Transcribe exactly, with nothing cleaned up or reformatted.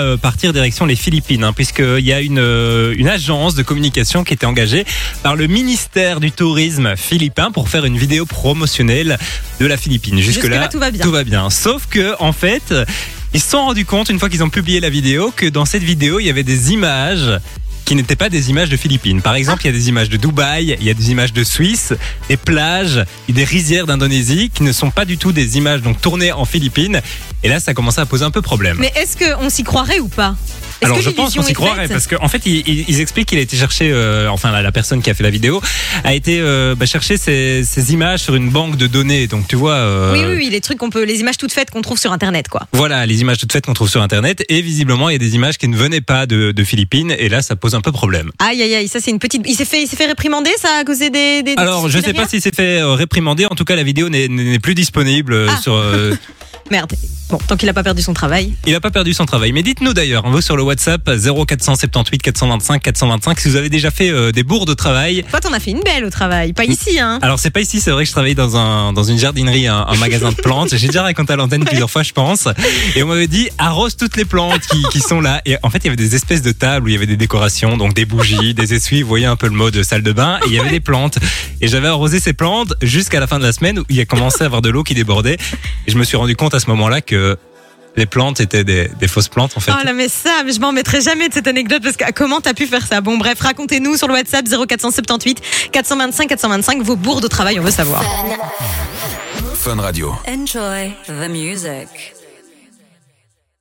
euh, partir direction les Philippines, hein, puisqu'il y a une, euh, une agence de communication qui était engagée par le ministère du Tourisme philippin pour faire une vidéo promotionnelle de la Philippine. Jusque-là, Jusque-là, tout va bien. Tout va bien. Sauf que, en fait, ils se sont rendus compte, une fois qu'ils ont publié la vidéo, que dans cette vidéo, il y avait des images qui n'étaient pas des images de Philippines. Par exemple, il y a des images de Dubaï, il y a des images de Suisse, des plages et des rizières d'Indonésie qui ne sont pas du tout des images donc tournées en Philippines. Et là, ça a commencé à poser un peu problème. Mais est-ce qu'on s'y croirait ou pas? Est-ce Alors que je pense qu'on l'illusion s'y est croirait faite parce qu'en en fait ils, ils, ils expliquent qu'il a été cherché, euh, enfin la, la personne qui a fait la vidéo a été euh, bah, chercher ces, ces images sur une banque de données. Donc tu vois. Euh, Oui, oui, oui, les trucs qu'on peut, les images toutes faites qu'on trouve sur Internet, quoi. Voilà, les images toutes faites qu'on trouve sur Internet et visiblement il y a des images qui ne venaient pas de, de Philippines et là ça pose un peu problème. Aïe, aïe, aïe, ça c'est une petite. Il s'est fait, il s'est fait réprimander, ça a causé des. des Alors des je sais pas derrière s'il s'est fait euh, réprimander. En tout cas la vidéo n'est, n'est plus disponible euh, Ah. sur. Euh, Merde. Bon, tant qu'il a pas perdu son travail. Il n'a pas perdu son travail. Mais dites-nous d'ailleurs, on veut sur le WhatsApp zéro quatre cent soixante-dix-huit quatre cent vingt-cinq quatre cent vingt-cinq si vous avez déjà fait euh, des bourres de travail. Toi, t'en as fait une belle au travail, pas ici, hein. Alors c'est pas ici, c'est vrai que je travaillais dans un dans une jardinerie, un, un magasin de plantes. J'ai déjà raconté à l'antenne plusieurs fois, je pense. Et on m'avait dit arrose toutes les plantes qui, qui sont là. Et en fait, il y avait des espèces de tables où il y avait des décorations, donc des bougies, des essuies. Vous voyez un peu le mode salle de bain. Et il y avait des plantes. Et j'avais arrosé ces plantes jusqu'à la fin de la semaine où il a commencé à avoir de l'eau qui débordait. Et je me suis rendu compte à ce moment-là que les plantes étaient des, des fausses plantes en fait. Oh là, mais ça, mais je m'en mettrai jamais de cette anecdote parce que comment t'as pu faire ça? Bon, bref, racontez-nous sur le WhatsApp zéro quatre cent soixante-dix-huit quatre cent vingt-cinq quatre cent vingt-cinq vos bourres de travail, on veut savoir. Fun Radio. Enjoy the music.